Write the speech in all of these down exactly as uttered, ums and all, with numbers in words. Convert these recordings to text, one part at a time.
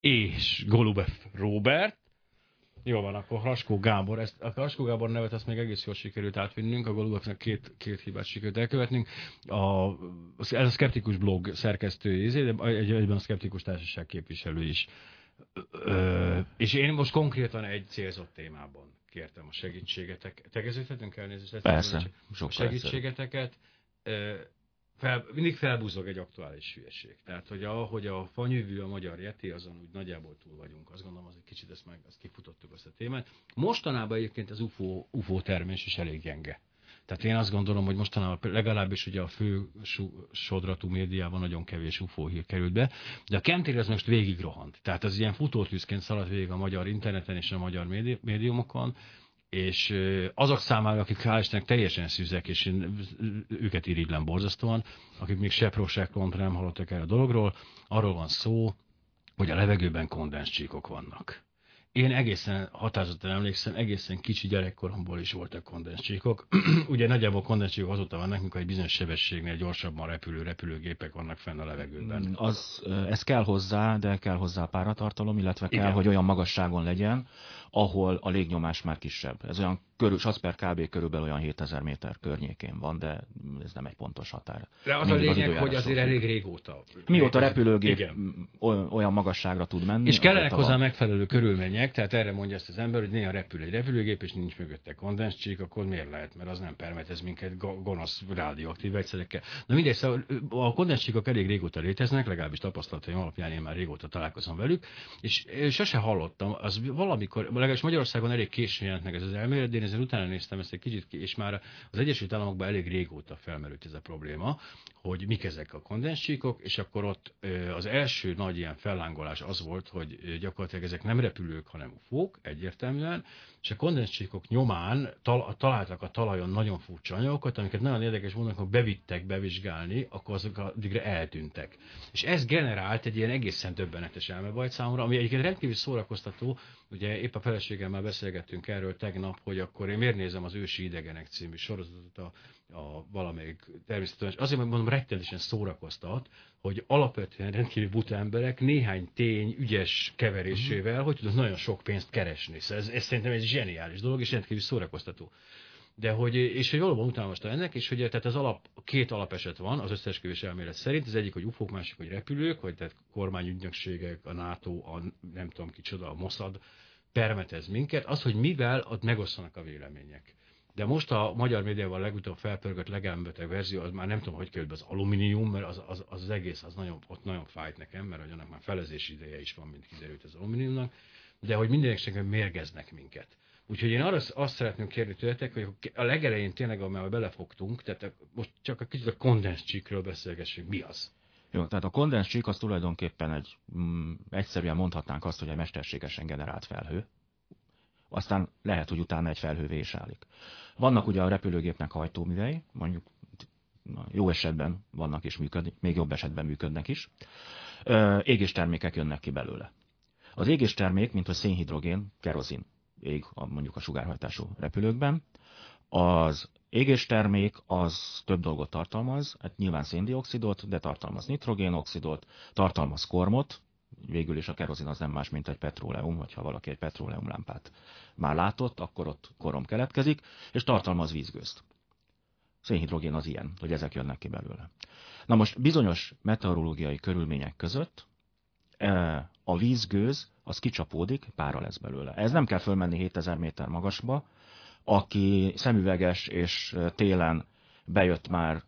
és Golubev Róbert. Jó van, akkor Haskó Gábor. Ezt, a Haskó Gábor nevet azt még egész jól sikerült átvinnünk, a Golubevnek két, két hibát sikerült elkövetnünk. A, ez a Szkeptikus blog szerkesztője, de egy, egyben a Szkeptikus Társaság képviselő is. Ö, és én most konkrétan egy célzott témában kértem a segítségetek. Tegeződhetünk elnézést? Persze, a segítségeteket. Ö, fel, mindig felbúzog egy aktuális hülyeség. Tehát, hogy ahogy a fanyűvű, a magyar Yeti, azon úgy nagyjából túl vagyunk. Azt gondolom, az egy kicsit ezt meg, azt kifutottuk azt a témát. Mostanában egyébként az u f o, u f o termés is elég gyenge. Tehát én azt gondolom, hogy mostanában legalábbis ugye a fő sodratú médiában nagyon kevés u f o hír került be, de a chemtrail az most végig rohant. Tehát az ilyen futótűzként szaladt végig a magyar interneten és a magyar médi- médiumokon, és azok számára, akik hál' Istennek teljesen szűzek, és én őket irigylem borzasztóan, akik még se pro, se kontra nem hallottak erre a dologról, arról van szó, hogy a levegőben kondenscsíkok vannak. Én egészen határozottan emlékszem, egészen kicsi gyerekkoromból is voltak kondenscsíkok. Ugye nagyjából kondenscsíkok azóta vannak, amikor egy bizonyos sebességnél gyorsabban repülő repülőgépek vannak fenn a levegőben. Az, ez kell hozzá, de kell hozzá a páratartalom, illetve kell, Igen. hogy olyan magasságon legyen, ahol a légnyomás már kisebb. Ez olyan körül, Sassper kb. Körülbelül olyan hétezer méter környékén van, de ez nem egy pontos határ. De az Mindig a lényeg, az hogy azért elég régóta. Mióta repülőgép igen. olyan magasságra tud menni. És kellenek hozzá van. megfelelő körülmények, tehát erre mondja ezt az ember, hogy néha repül egy repülőgép, és nincs mögötte kondenscsík, akkor miért lehet? Mert az nem permetez minket gonosz rádióaktív vegyszerekkel. Na mindegy, szóval a kondenscsíkok elég régóta léteznek, legalábbis tapasztalataim alapján én már régóta találkozom velük, és sose hallottam, az valamikor, legalábbis Magyarországon elég későn jelent meg ez az elmélet, de én ezzel utána néztem ezt egy kicsit, és már az Egyesült Államokban elég régóta felmerült ez a probléma, hogy mik ezek a kondenscsíkok, és akkor ott az első nagy ilyen fellángolás az volt, hogy gyakorlatilag ezek nem repülők, hanem ufók, egyértelműen, és a kondenscsíkok nyomán tal- találtak a talajon nagyon furcsa anyagokat, amiket nagyon érdekes módon, hogy bevittek bevizsgálni, akkor azok addigra eltűntek. És ez generált egy ilyen egészen döbbenetes elmebajt számomra, ami egyébként rendkívül szórakoztató. Ugye épp a feleségemmel beszélgettünk erről tegnap, hogy akkor én miért nézem az Ősi Idegenek című sorozatot a, a valamelyik természetesen. Azért mondom, rettenetesen szórakoztat, hogy alapvetően rendkívül buta emberek néhány tény ügyes keverésével, hogy tudod nagyon sok pénzt keresni. Szóval ez, ez szerintem egy zseniális dolog, és rendkívül szórakoztató. De hogy, és hogy valóban utálmasta ennek, és hogy tehát az alap, két alapeset van az összeesküvés elmélet szerint, az egyik, hogy ufók, másik, hogy repülők, vagy tehát kormányügynökségek, a NATO, a nem tudom kicsoda, a Mossad permetez minket, az, hogy mivel ott megosztanak a vélemények. De most a magyar médiával legutóbb felpörgött legelmbeteg verzió, az már nem tudom, hogy került be az alumínium, mert az, az, az, az egész az nagyon, ott nagyon fájt nekem, mert annak már felezési ideje is van, mint kiderült az alumíniumnak, de hogy mindenkinek mérgeznek minket. Úgyhogy én arra azt szeretném kérni tőletek, hogy a legelején tényleg, amivel belefogtunk, tehát most csak a kicsit a kondenscsíkről beszélgessünk, mi az? Jó, tehát a kondenscsík az tulajdonképpen egy, mm, egyszerűen mondhatnánk azt, hogy egy mesterségesen generált felhő. Aztán lehet, hogy utána egy felhővé is állik. Vannak ugye a repülőgépnek hajtóművei, mondjuk jó esetben vannak és működnek, még jobb esetben működnek is. Égéstermékek jönnek ki belőle. Az égéstermék, mint a szénhidrogén, kerozin, ég a, mondjuk a sugárhajtású repülőkben. Az égéstermék az több dolgot tartalmaz, hát nyilván széndioxidot, de tartalmaz nitrogénoxidot, tartalmaz kormot, végül is a kerozin az nem más, mint egy petróleum, hogyha valaki egy petróleumlámpát már látott, akkor ott korom keletkezik, és tartalmaz vízgőzt. Szénhidrogén az ilyen, hogy ezek jönnek ki belőle. Na most bizonyos meteorológiai körülmények között a vízgőz az kicsapódik, pára lesz belőle. Ez nem kell fölmenni hétezer méter magasba, aki szemüveges és télen bejött már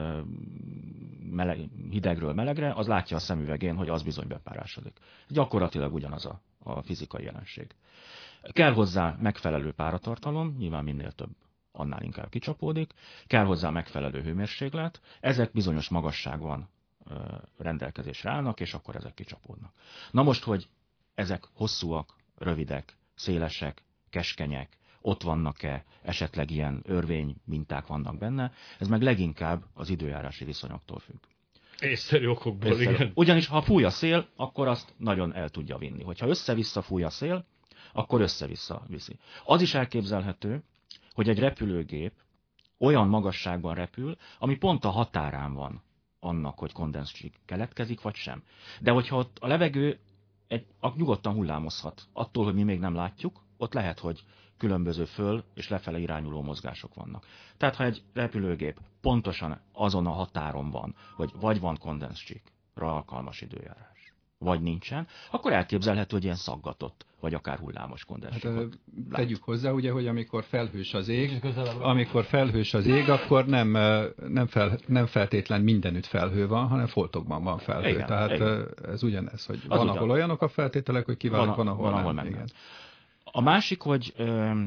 meleg, hidegről melegre, az látja a szemüvegén, hogy az bizony bepárásodik. Gyakorlatilag ugyanaz a, a fizikai jelenség. Kell hozzá megfelelő páratartalom, nyilván minél több, annál inkább kicsapódik. Kell hozzá megfelelő hőmérséklet, ezek bizonyos magasságban rendelkezésre állnak, és akkor ezek kicsapódnak. Na most, hogy ezek hosszúak, rövidek, szélesek, keskenyek, ott vannak-e, esetleg ilyen örvény minták vannak benne, ez meg leginkább az időjárási viszonyoktól függ. Észszerű okokból, Észszerű. Igen. Ugyanis ha fúj a szél, akkor azt nagyon el tudja vinni. Hogyha össze-vissza fúj a szél, akkor össze-vissza viszi. Az is elképzelhető, hogy egy repülőgép olyan magasságban repül, ami pont a határán van annak, hogy kondenscsík keletkezik, vagy sem. De hogyha ott a levegő egy, a, nyugodtan hullámozhat. Attól, hogy mi még nem látjuk, ott lehet, hogy különböző föl és lefele irányuló mozgások vannak. Tehát, ha egy repülőgép pontosan azon a határon van, hogy vagy van kondenszcsíkra alkalmas időjárás, vagy nincsen, akkor elképzelhető, hogy ilyen szaggatott, vagy akár hullámos kondenszcsíkot. Hát, tegyük hozzá, ugye, hogy amikor felhős az ég, amikor felhős az ég, akkor nem, nem, fel, nem feltétlen mindenütt felhő van, hanem foltokban van felhő. Igen, Tehát igen. Ez ugyanez, hogy az van, ugyan. ahol olyanok a feltételek, hogy kiválnak, van, van, ahol, van, ahol nem. Igen. A másik, hogy ö,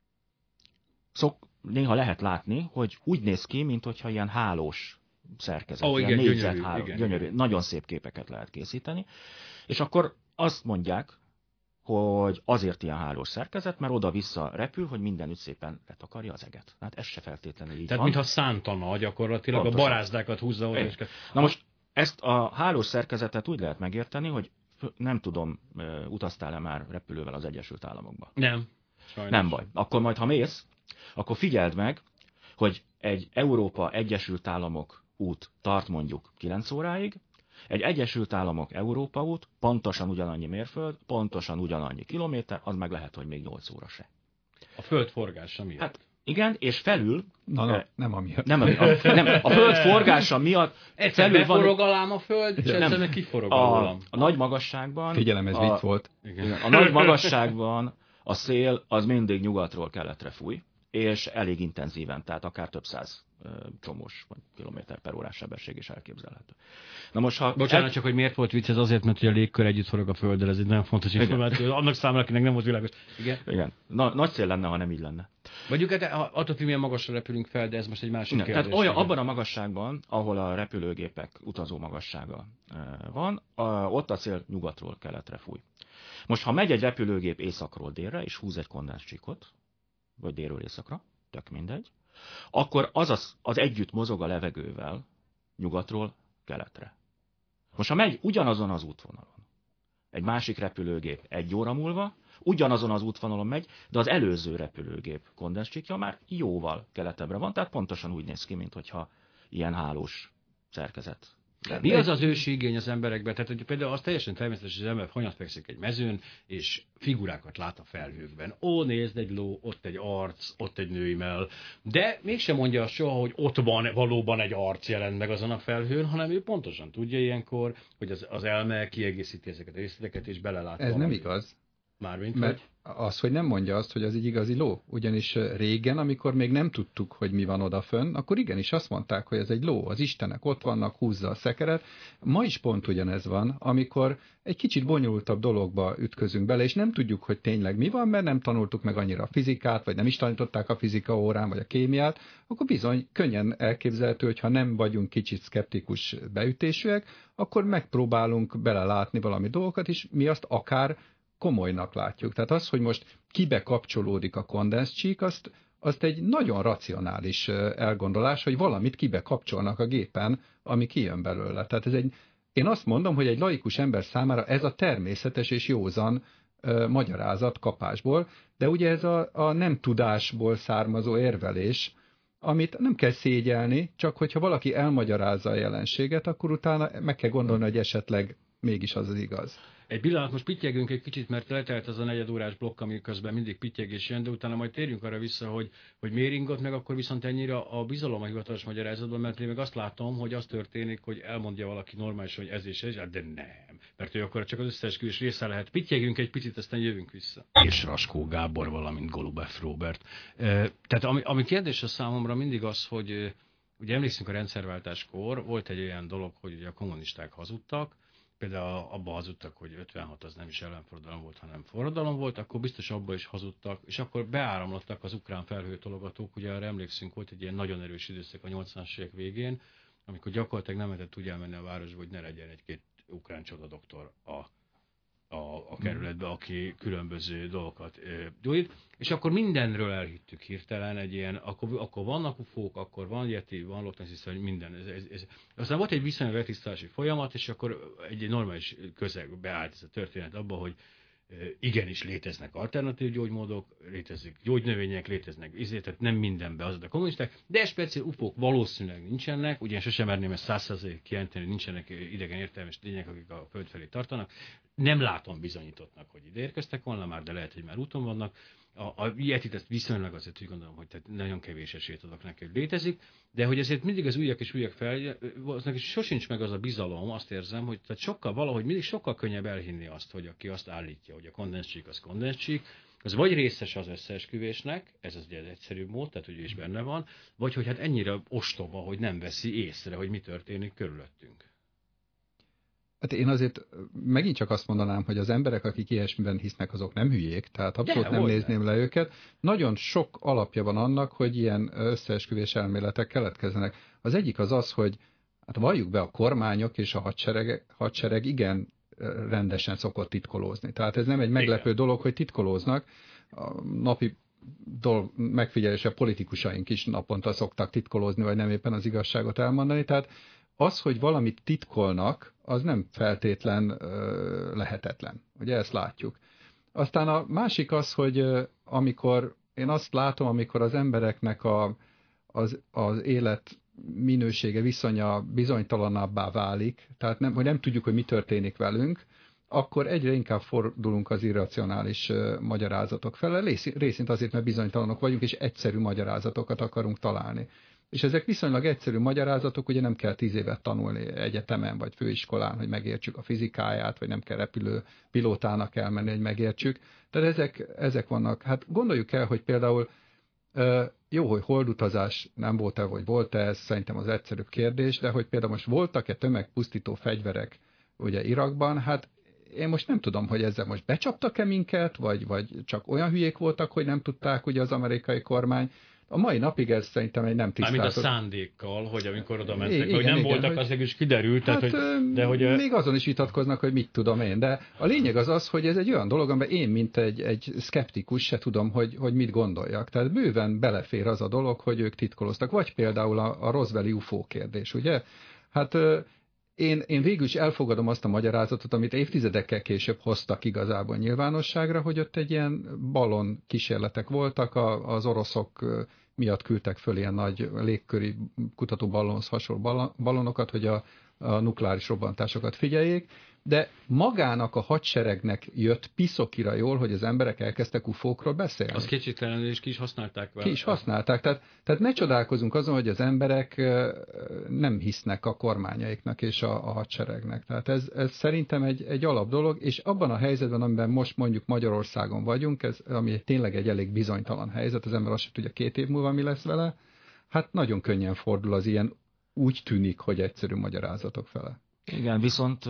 szok, néha lehet látni, hogy úgy néz ki, mintha ilyen hálós szerkezet, oh, ilyen igen, négyzet, gyönyörű, háló, igen, gyönyörű, igen. nagyon szép képeket lehet készíteni, és akkor azt mondják, hogy azért ilyen hálós szerkezet, mert oda-vissza repül, hogy mindenütt szépen letakarja az eget. Hát ez se feltétlenül így Tehát van. mintha szántana gyakorlatilag, Pontosan. A barázdákat húzza oda. És... Na most ezt a hálós szerkezetet úgy lehet megérteni, hogy nem tudom, utaztál-e már repülővel az Egyesült Államokba? Nem. Sajnos. Nem baj. Akkor majd, ha mész, akkor figyeld meg, hogy egy Európa Egyesült Államok út tart mondjuk kilenc óráig, egy Egyesült Államok Európa út, pontosan ugyanannyi mérföld, pontosan ugyanannyi kilométer, az meg lehet, hogy még nyolc óra se. A föld forgása miatt. Hát, igen, és felül... Na, na, nem amiatt. Nem, a, nem, a föld forgása miatt... Egyszer beforog van, alám a föld, és egyszer meg kiforog a, a nagy magasságban... Figyelem, ez vicc volt. Igen, a nagy magasságban a szél az mindig nyugatról keletre fúj, és elég intenzíven, tehát akár több száz csomós vagy kilométer per órás sebesség is elképzelhető. Na most, ha Bocsánat, el... csak hogy miért volt vicc, ez azért, mert a légkör együtt forog a Földdel, ez egy nagyon fontos információ. Annak számára, akinek nem volt világos. Igen. Igen. Na, nagy cél lenne, ha nem így lenne. Mondjuk, hát attól, hogy milyen magasra repülünk fel, de ez most egy másik Igen, kérdés. Tehát olyan, abban a magasságban, ahol a repülőgépek utazó magassága van, ott a szél nyugatról keletre fúj. Most, ha megy egy repülőgép északról délre, és húz egy kondenzcsíkot, vagy délről északra, tök mindegy, akkor az, az az együtt mozog a levegővel nyugatról keletre. Most ha megy ugyanazon az útvonalon, egy másik repülőgép egy óra múlva, ugyanazon az útvonalon megy, de az előző repülőgép kondenzcsíkja már jóval keletebbre van, tehát pontosan úgy néz ki, mintha ilyen hálós szerkezet. De mi az az ősi igény az emberekben? Tehát, hogy például az teljesen természetes, hogy az ember hanyat fekszik egy mezőn, és figurákat lát a felhőkben. Ó, nézd, egy ló, ott egy arc, ott egy női mell. De mégsem mondja azt soha, hogy ott van valóban egy arc jelent meg azon a felhőn, hanem ő pontosan tudja ilyenkor, hogy az, az elme kiegészíti ezeket a részleteket, és belelát. Ez nem igaz. Mármint, mert hogy... az, hogy nem mondja azt, hogy az egy igazi ló. Ugyanis régen, amikor még nem tudtuk, hogy mi van odafönn, akkor igenis azt mondták, hogy ez egy ló, az istenek ott vannak, húzza a szekeret. Ma is pont ugyanez van, amikor egy kicsit bonyolultabb dologba ütközünk bele, és nem tudjuk, hogy tényleg mi van, mert nem tanultuk meg annyira a fizikát, vagy nem is tanították a fizika órán, vagy a kémiát, akkor bizony könnyen elképzelhető, hogy ha nem vagyunk kicsit szkeptikus beütésűek, akkor megpróbálunk belelátni valami dolgokat, és mi azt akár komolynak látjuk. Tehát az, hogy most kibe kapcsolódik a kondenszcsík, azt, azt egy nagyon racionális elgondolás, hogy valamit kibe kapcsolnak a gépen, ami kijön belőle. Tehát ez egy, én azt mondom, hogy egy laikus ember számára ez a természetes és józan uh, magyarázat kapásból, de ugye ez a, a nem tudásból származó érvelés, amit nem kell szégyelni, csak hogyha valaki elmagyarázza a jelenséget, akkor utána meg kell gondolni, hogy esetleg mégis az az igaz. Egy pillanat, most pittyegünk egy kicsit, mert letelt az a negyedórás blokk, ami közben mindig pittyegés jön, de utána majd térjünk arra vissza, hogy, hogy miért ingott meg akkor viszont ennyire a bizalom a hivatalos magyarázatban, mert én meg azt látom, hogy az történik, hogy elmondja valaki normálisan, hogy ez és ez, de nem, mert ő akkor csak az összeesküvés része lehet. Pittyegünk egy picit, aztán jövünk vissza. És Raskó Gábor, valamint Golub F. Róbert. Tehát ami, ami kérdés a számomra mindig az, hogy ugye emlékszünk a rendszerváltáskor, volt egy olyan dolog, hogy ugye a kommunisták hazudtak, például abban hazudtak, hogy ötvenhat az nem is ellenforradalom volt, hanem forradalom volt, akkor biztos abban is hazudtak, és akkor beáramlottak az ukrán felhőtologatók, ugye arra emlékszünk, volt egy ilyen nagyon erős időszak a nyolcvanas évek végén, amikor gyakorlatilag nem lehetett úgy elmenni a városba, hogy ne legyen egy-két ukrán csodadoktor a, a, a kerületbe, aki különböző dolgokat gyújt, és akkor mindenről elhittük hirtelen egy ilyen, akkor, akkor vannak ufók, akkor van Yeti, van Loch Ness, minden. Ez, ez, ez. Aztán volt egy viszonylag retisztálási folyamat, és akkor egy normális közeg beállt ez a történet abba, hogy igenis léteznek alternatív gyógymódok, léteznek gyógynövények, léteznek izé, tehát nem mindenben az a kommunisták, de speciál ufók valószínűleg nincsenek, ugyan sosem merném ezt száz százalékig kijelenteni, nincsenek idegen értelmes lények, akik a föld felé tartanak. Nem látom bizonyítottnak, hogy ide érkeztek volna már, de lehet, hogy már úton vannak. A, a ilyetit ezt viszonylag azért úgy gondolom, hogy tehát nagyon kevés esélyt adok neki, hogy létezik, de hogy azért mindig az újak és újak fel, aznak is sosincs meg az a bizalom, azt érzem, hogy tehát sokkal valahogy mindig sokkal könnyebb elhinni azt, hogy aki azt állítja, hogy a kondenscsík az kondenscsík, az vagy részes az összeesküvésnek, ez az egy egyszerűbb mód, tehát hogy ő is benne van, vagy hogy hát ennyire ostoba, hogy nem veszi észre, hogy mi történik körülöttünk. Hát én azért megint csak azt mondanám, hogy az emberek, akik ilyesmiben hisznek, azok nem hülyék, tehát abszolút De, nem nézném le őket. Nagyon sok alapja van annak, hogy ilyen összeesküvés elméletek keletkezzenek. Az egyik az az, hogy hát valljuk be, a kormányok és a hadsereg, hadsereg igen rendesen szokott titkolózni. Tehát ez nem egy meglepő igen. dolog, hogy titkolóznak. A napi dolg, megfigyelése a politikusaink is naponta szoktak titkolózni, vagy nem éppen az igazságot elmondani. Tehát az, hogy valamit titkolnak, az nem feltétlen ö, lehetetlen. Ugye ezt látjuk. Aztán a másik az, hogy ö, amikor én azt látom, amikor az embereknek a, az, az élet minősége, viszonya bizonytalanabbá válik, tehát nem, hogy nem tudjuk, hogy mi történik velünk, akkor egyre inkább fordulunk az irracionális ö, magyarázatok felé, részint azért, mert bizonytalanok vagyunk, és egyszerű magyarázatokat akarunk találni. És ezek viszonylag egyszerű magyarázatok, ugye nem kell tíz évet tanulni egyetemen vagy főiskolán, hogy megértsük a fizikáját, vagy nem kell repülő pilótának elmenni, hogy megértsük. Tehát ezek, ezek vannak. Hát gondoljuk el, hogy például jó, hogy holdutazás nem volt-e, vagy volt-e, ez szerintem az egyszerűbb kérdés, de hogy például most voltak-e tömegpusztító fegyverek ugye Irakban, hát én most nem tudom, hogy ezzel most becsaptak-e minket, vagy, vagy csak olyan hülyék voltak, hogy nem tudták ugye az amerikai kormány. A mai napig ez szerintem egy nem tisztázott. Mármint a szándékkal, hogy amikor oda mentek, igen, hogy nem igen, voltak, az is kiderült. Hát, tehát, hogy, de hogy, még azon is vitatkoznak, hogy mit tudom én, de a lényeg az az, hogy ez egy olyan dolog, amiben én, mint egy, egy szkeptikus, se tudom, hogy, hogy mit gondoljak. Tehát bőven belefér az a dolog, hogy ők titkoloztak. Vagy például a, a Roswelli u f o kérdés, ugye? Hát én, én végül is elfogadom azt a magyarázatot, amit évtizedekkel később hoztak igazából nyilvánosságra, hogy ott egy ilyen ballon kísérletek voltak, a, az oroszok miatt küldtek föl ilyen nagy légköri kutatóballonhoz hasonló ballonokat, hogy a, a nukleáris robbantásokat figyeljék, de magának a hadseregnek jött piszokira jól, hogy az emberek elkezdtek ufókról beszélni. Az kétségtelenül is ki is használták vele. Ki is használták, tehát, tehát ne csodálkozunk azon, hogy az emberek nem hisznek a kormányaiknak és a, a hadseregnek. Tehát ez, ez szerintem egy, egy alap dolog, és abban a helyzetben, amiben most mondjuk Magyarországon vagyunk, ez, ami tényleg egy elég bizonytalan helyzet, az ember azt sem tudja két év múlva mi lesz vele, hát nagyon könnyen fordul az ilyen úgy tűnik, hogy egyszerű magyarázatok fele. Igen, viszont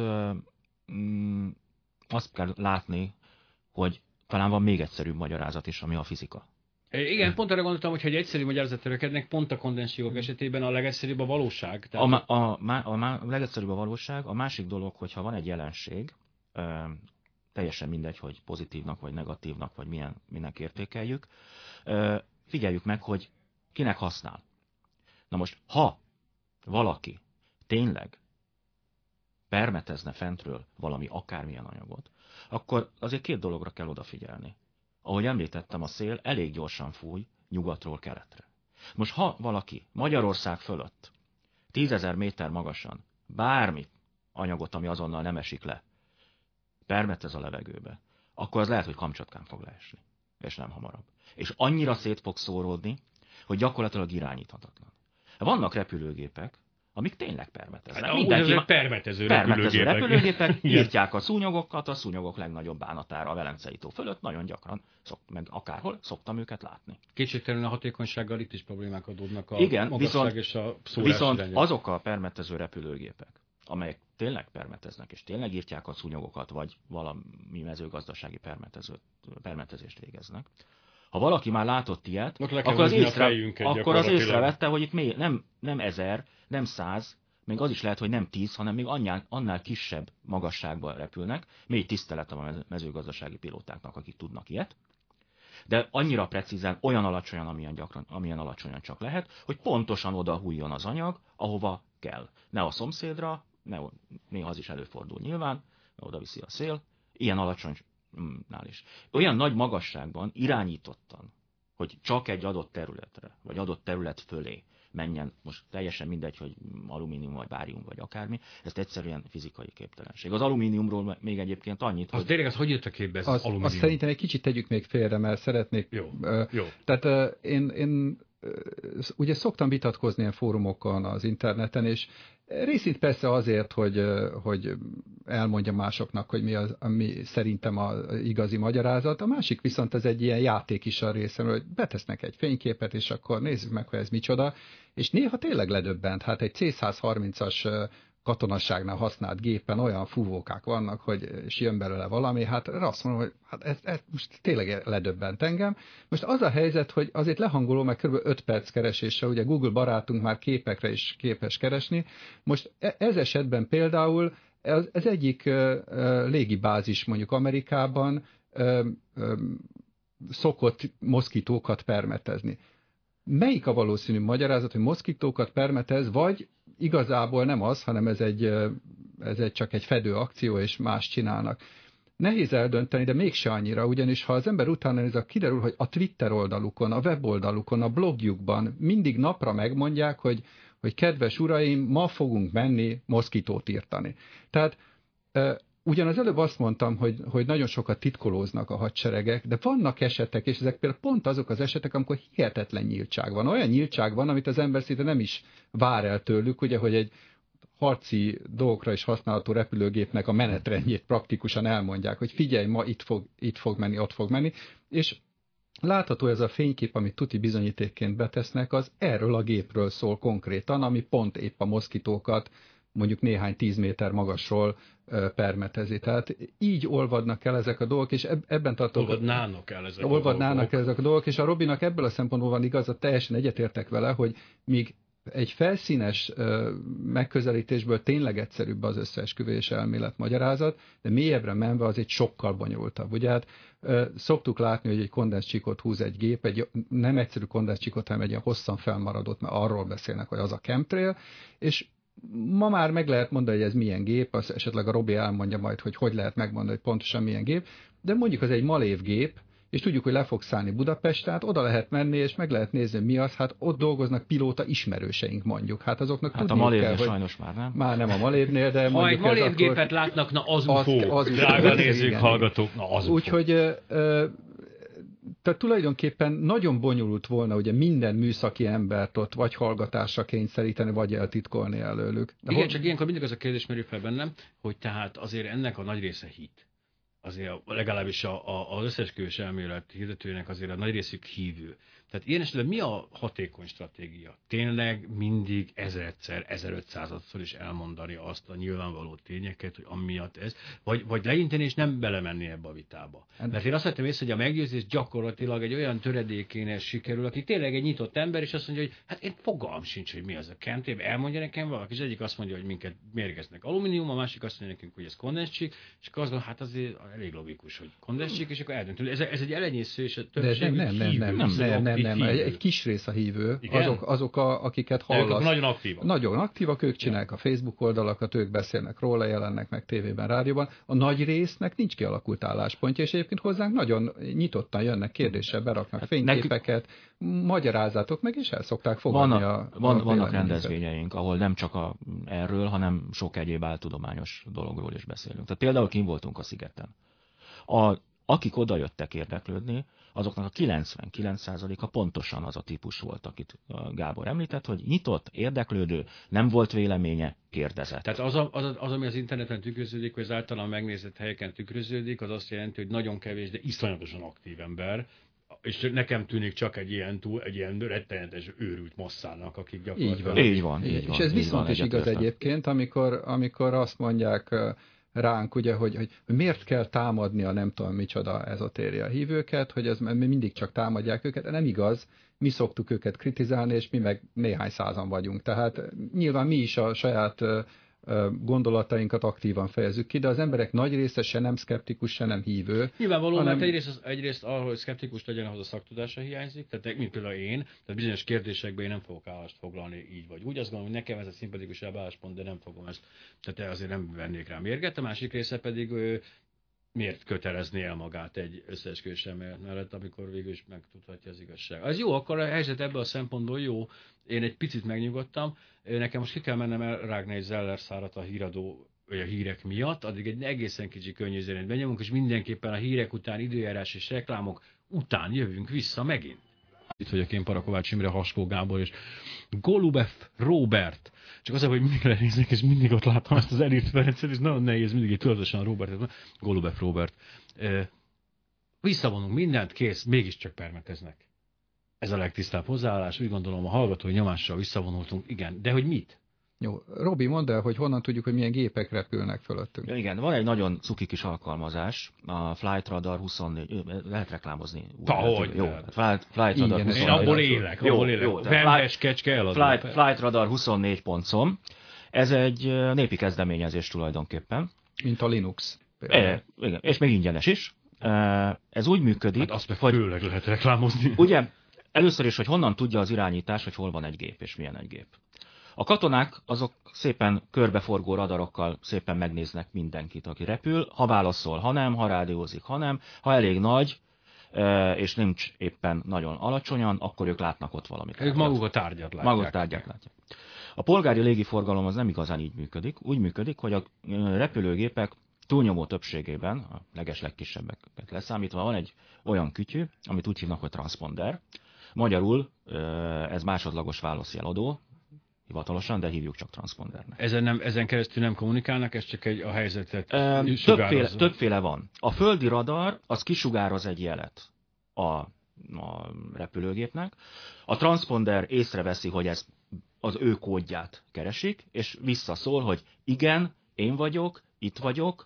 mm, azt kell látni, hogy talán van még egyszerűbb magyarázat is, ami a fizika. Igen, pont arra gondoltam, hogy ha egy egyszerű magyarázat törekednek, pont a kondenscsíkok esetében a legegyszerűbb a valóság. Tehát... A, a, a, a legegyszerűbb a valóság, a másik dolog, hogyha van egy jelenség, ö, teljesen mindegy, hogy pozitívnak vagy negatívnak, vagy milyen, minek értékeljük, ö, figyeljük meg, hogy kinek használ. Na most, ha valaki tényleg permetezne fentről valami akármilyen anyagot, akkor azért két dologra kell odafigyelni. Ahogy említettem, a szél elég gyorsan fúj nyugatról keletre. Most ha valaki Magyarország fölött tízezer méter magasan bármi anyagot, ami azonnal nem esik le, permetez a levegőbe, akkor az lehet, hogy Kamcsatkán fog leesni, és nem hamarabb. És annyira szét fog szóródni, hogy gyakorlatilag irányíthatatlan. Vannak repülőgépek, amik tényleg permeteznek. Hát, mindenki ma... permetező, permetező repülőgépek. repülőgépek írtják a szúnyogokat, a szúnyogok legnagyobb bánatára a Velencei tó fölött, nagyon gyakran, szokt, meg akárhol szoktam őket látni. Kétségtelenül a hatékonysággal itt is problémák adódnak a Igen, magasság viszont, és a szórás viszont irányok. azok a permetező repülőgépek, amelyek tényleg permeteznek, és tényleg írtják a szúnyogokat, vagy valami mezőgazdasági permetezőt, permetezést végeznek, ha valaki már látott ilyet, akkor az, észre, akkor az észrevette, hogy itt még nem, nem ezer, nem száz, még az is lehet, hogy nem tíz, hanem még annál, annál kisebb magasságban repülnek. Mély tiszteletem a mezőgazdasági pilótáknak, akik tudnak ilyet. De annyira precízen, olyan alacsonyan, amilyen, gyakran, amilyen alacsonyan csak lehet, hogy pontosan oda hújjon az anyag, ahova kell. Ne a szomszédra, ne, néha az is előfordul nyilván, oda viszi a szél. Ilyen alacsony nál is. Olyan nagy magasságban, irányítottan, hogy csak egy adott területre, vagy adott terület fölé menjen, most teljesen mindegy, hogy alumínium, vagy bárium, vagy akármi, ez egyszerűen fizikai képtelenség. Az alumíniumról még egyébként annyit, az hogy... tényleg az hogy jött a képbe ez az, az alumínium? Azt szerintem egy kicsit tegyük még félre, mert szeretnék... Jó, uh, jó. Tehát uh, én, én uh, ugye szoktam vitatkozni ilyen fórumokon az interneten, és részint persze azért, hogy, uh, hogy elmondja másoknak, hogy mi, az, ami szerintem az igazi magyarázat. A másik viszont ez egy ilyen játék is a részemről, hogy betesznek egy fényképet, és akkor nézzük meg, hogy ez micsoda. És néha tényleg ledöbbent. Hát egy cé százharmincas katonasságnál használt gépen olyan fúvókák vannak, hogy és jön belőle valami, hát azt mondom, hogy hát ez, ez most tényleg ledöbbent engem. Most az a helyzet, hogy azért lehangoló, meg kb. öt perc kereséssel, ugye Google barátunk már képekre is képes keresni. Most ez esetben például ez, ez egyik uh, uh, légibázis mondjuk Amerikában uh, um, szokott moszkitókat permetezni. Melyik a valószínű magyarázat, hogy moszkitókat permetez, vagy igazából nem az, hanem ez egy, ez egy csak egy fedő akció, és más csinálnak. Nehéz eldönteni, de mégse annyira, ugyanis ha az ember utána néz, kiderül, hogy a Twitter oldalukon, a weboldalukon, a blogjukban mindig napra megmondják, hogy, hogy kedves uraim, ma fogunk menni moszkitót írtani. Tehát ugyan az előbb azt mondtam, hogy, hogy nagyon sokat titkolóznak a hadseregek, de vannak esetek, és ezek például pont azok az esetek, amikor hihetetlen nyíltság van. Olyan nyíltság van, amit az ember szinte nem is vár el tőlük, ugye, hogy egy harci dolgokra is használható repülőgépnek a menetrendjét praktikusan elmondják, hogy figyelj, ma itt fog, itt fog menni, ott fog menni, és látható ez a fénykép, amit tuti bizonyítékként betesznek, az erről a gépről szól konkrétan, ami pont épp a moszkitókat mondjuk néhány tíz méter magasról permetezi. Tehát így olvadnak el ezek a dolgok, és ebben tartom... Olvadnának el ezek olvadnának a dolgok. el ezek a dolgok, és a Robinak ebből a szempontból van igaza, teljesen egyetértek vele, hogy míg egy felszínes megközelítésből tényleg egyszerűbb az összeesküvés elmélet magyarázat, de mélyebbre menve az egy sokkal bonyolultabb. Ugye hát szoktuk látni, hogy egy kondenszcsíkot húz egy gép, egy nem egyszerű kondenszcsíkot, hanem egy ilyen hosszan felmaradott, mert arról beszélnek, hogy az a chemtrail, és ma már meg lehet mondani, hogy ez milyen gép, az esetleg a Robi elmondja majd, hogy hogy lehet megmondani, hogy pontosan milyen gép, de mondjuk az egy malév gép, és tudjuk, hogy le fog szállni Budapest, tehát oda lehet menni, és meg lehet nézni, mi az, hát ott dolgoznak pilóta ismerőseink mondjuk. Hát azoknak hát tudniuk a malévnél kell, sajnos már nem. Már nem a malévnél, de ha mondjuk egy malévgépet akkor... látnak, na az ufó, drága nézők, hallgatók, na az ufó. Úgyhogy tehát tulajdonképpen nagyon bonyolult volna ugye minden műszaki embert ott vagy hallgatásra kényszeríteni, vagy eltitkolni előlük. De igen, hol... csak ilyenkor mindig az a kérdés merül fel bennem, hogy tehát azért ennek a nagy része hit. Azért legalábbis a, a, az összeesküvés elmélet hirdetőnek azért a nagy részük hívő. Tehát ilyen esetben mi a hatékony stratégia? Tényleg mindig ezerszer, ezerötszázadszor is elmondani azt a nyilvánvaló tényeket, hogy amiatt ez, vagy, vagy leinteni és nem belemenni ebbe a vitába. Mert én azt vettem észre, hogy a meggyőzés gyakorlatilag egy olyan töredékénél sikerül, aki tényleg egy nyitott ember, és azt mondja, hogy hát én fogalmam sincs, hogy mi az a chemtrail, elmondja nekem valaki, és egyik azt mondja, hogy minket mérgeznek alumínium, a másik azt mondja nekünk, hogy ez kondenscsík, és akkor azt mondja, hát azért elég logikus, hogy kondenscsík, és akkor eldöntő. Ez, ez egy elenyésző, és a többség nem, nem, nem, nem, nem, nem, nem, egy, egy kis rész a hívő, azok, azok a, akiket hallasz. Ők nagyon aktívak. Nagyon aktívak, ők csinálják a Facebook oldalakat, ők beszélnek róla, jelennek meg tévében, rádióban. A nagy résznek nincs kialakult álláspontja, és egyébként hozzánk nagyon nyitottan jönnek kérdéssel, beraknak hát fényképeket, nekünk... magyarázatok meg, és el szokták fogadni vannak, a, van, a vannak rendezvényeink, ahol nem csak a, erről, hanem sok egyéb áltudományos dologról is beszélünk. Tehát például kint voltunk a Szigeten. A, akik odajöttek érdeklődni, azoknak a kilencvenkilenc százaléka pontosan az a típus volt, akit Gábor említett, hogy nyitott, érdeklődő, nem volt véleménye, kérdezett. Tehát az, a, az, az, ami az interneten tükröződik, vagy az általán megnézett helyeken tükröződik, az azt jelenti, hogy nagyon kevés, de iszonyatosan aktív ember, és nekem tűnik csak egy ilyen, túl, egy ilyen rettenetes őrült masszának, akik gyakorlatilag... Így van, így van. Így van és ez így viszont van, is igaz egyébként, amikor, amikor azt mondják ránk, ugye, hogy, hogy miért kell támadni a nem tudom micsoda ezotéria hívőket, hogy ez mindig csak támadják őket, nem igaz, mi szoktuk őket kritizálni, és mi meg néhány százan vagyunk. Tehát nyilván mi is a saját gondolatainkat aktívan fejezzük ki, de az emberek nagy része se nem szkeptikus, se nem hívő. Nyilvánvalóan, hanem... mert egyrészt, egyrészt arról, hogy szkeptikus legyen, ahhoz a szaktudása hiányzik, tehát mint például én, tehát bizonyos kérdésekben én nem fogok állást foglalni így vagy úgy. Azt gondolom, hogy nekem ez a szimpatikusabb álláspont, de nem fogom ezt, tehát azért nem vennék rá mérget. A másik része pedig miért kötelezné el magát egy összeesküvés elmélet mellett, amikor végül is megtudhatja az igazság. Az jó, akkor a helyzet ebből a szempontból jó. Én egy picit megnyugodtam. Nekem most ki kell mennem elrágni egy zellerszárat a híradó, vagy a hírek miatt, addig egy egészen kicsi könnyűzőnént benyomunk, és mindenképpen a hírek után, időjárás és reklámok után jövünk vissza megint. Itt vagyok én, Parakovács Imre, Haskó Gábor és Golubev Róbert. Csak az, hogy mindig lenéznek, és mindig ott látom ezt az Elírt Ferencet, és nagyon nehéz mindig így tudatosan Róbert, Golubev Róbert. Visszavonunk mindent, kész, mégiscsak permeteznek. Ez a legtisztább hozzáállás, úgy gondolom a hallgatói nyomással visszavonultunk, igen, de hogy mit? Jó, Robi, mondd el, hogy honnan tudjuk, hogy milyen gépek repülnek fölöttünk. Ja, igen, van egy nagyon cuki kis alkalmazás, a Flight Radar huszonnégy, lehet reklámozni. Ahogy. Jó, Flight, Flight Radar huszonnégy. Én abból élek, abból élek. Jó, Vendes kecske eladom. Flight, Flight Radar huszonnégy pont com. Ez egy népi kezdeményezés tulajdonképpen. Mint a Linux. E, igen, és még ingyenes is. Ez úgy működik, hát azt meg hogy főleg lehet reklámozni. Ugye, először is, hogy honnan tudja az irányítás, hogy hol van egy gép, és milyen egy gép. A katonák azok szépen körbeforgó radarokkal szépen megnéznek mindenkit, aki repül, ha válaszol, ha nem, ha rádiózik, ha nem, ha elég nagy, és nincs éppen nagyon alacsonyan, akkor ők látnak ott valamit. Ők maguk a tárgyat látják. Maguk a tárgyat látják. A polgári légiforgalom az nem igazán így működik. Úgy működik, hogy a repülőgépek túlnyomó többségében, a legeslegkisebbeket leszámítva, van egy olyan kütyű, amit úgy hívnak, hogy transponder. Magyarul ez másodlagos válaszjeladó, hivatalosan, de hívjuk csak transpondernek. Ezen, nem, ezen keresztül nem kommunikálnak, ez csak egy, a helyzetet e, többféle, többféle van. A földi radar, az kisugároz egy jelet a, a repülőgépnek. A transponder észreveszi, hogy ez az ő kódját keresik, és visszaszól, hogy igen, én vagyok, itt vagyok.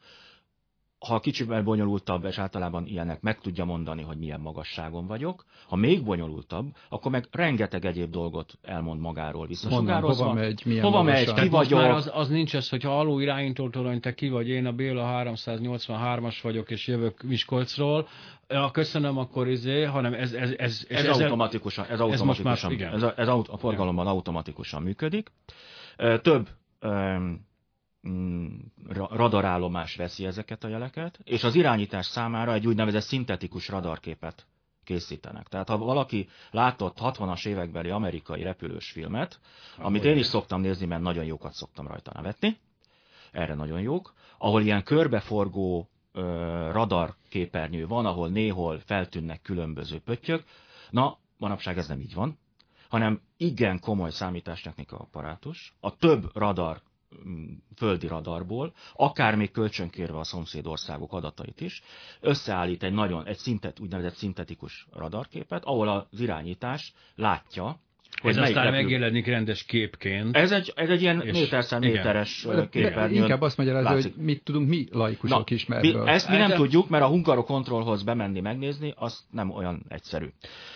Ha kicsivel bonyolultabb, és általában ilyenek, meg tudja mondani, hogy milyen magasságon vagyok. Ha még bonyolultabb, akkor meg rengeteg egyéb dolgot elmond magáról visszasugározva. Hova megy, milyen hova megy, ki vagyok. Már az, az nincs az, hogy alul irányítótorony, te ki vagy, én a Béla háromszáznyolcvanhármas vagyok, és jövök Miskolcról. Ja, köszönöm, akkor izé, hanem ez... Ez, ez, ez, ez automatikusan, ez, automatikusan, ez, ez, a, ez a forgalomban automatikusan működik. Több... Um, radarállomás veszi ezeket a jeleket, és az irányítás számára egy úgynevezett szintetikus radarképet készítenek. Tehát ha valaki látott hatvanas évekbeli amerikai repülős filmet, amit én is szoktam nézni, mert nagyon jókat szoktam rajta nevetni, erre nagyon jók, ahol ilyen körbeforgó ö, radarképernyő van, ahol néhol feltűnnek különböző pöttyök, na, manapság ez nem így van, hanem igen komoly számítástechnika apparátus, a több radar földi radarból, akár még kölcsönkérve a szomszédországok adatait is, összeállít egy nagyon, egy szintet, úgynevezett szintetikus radarképet, ahol az irányítás látja, hogy ez aztán repül... megjelenik rendes képként. Ez egy, ez egy ilyen méterszer méteres képernyőn. Inkább azt magyarázza, hogy mit tudunk mi laikusok Na, is ebből. Ezt mi nem de... tudjuk, mert a Hungarokontrollhoz bemenni, megnézni, az nem olyan egyszerű.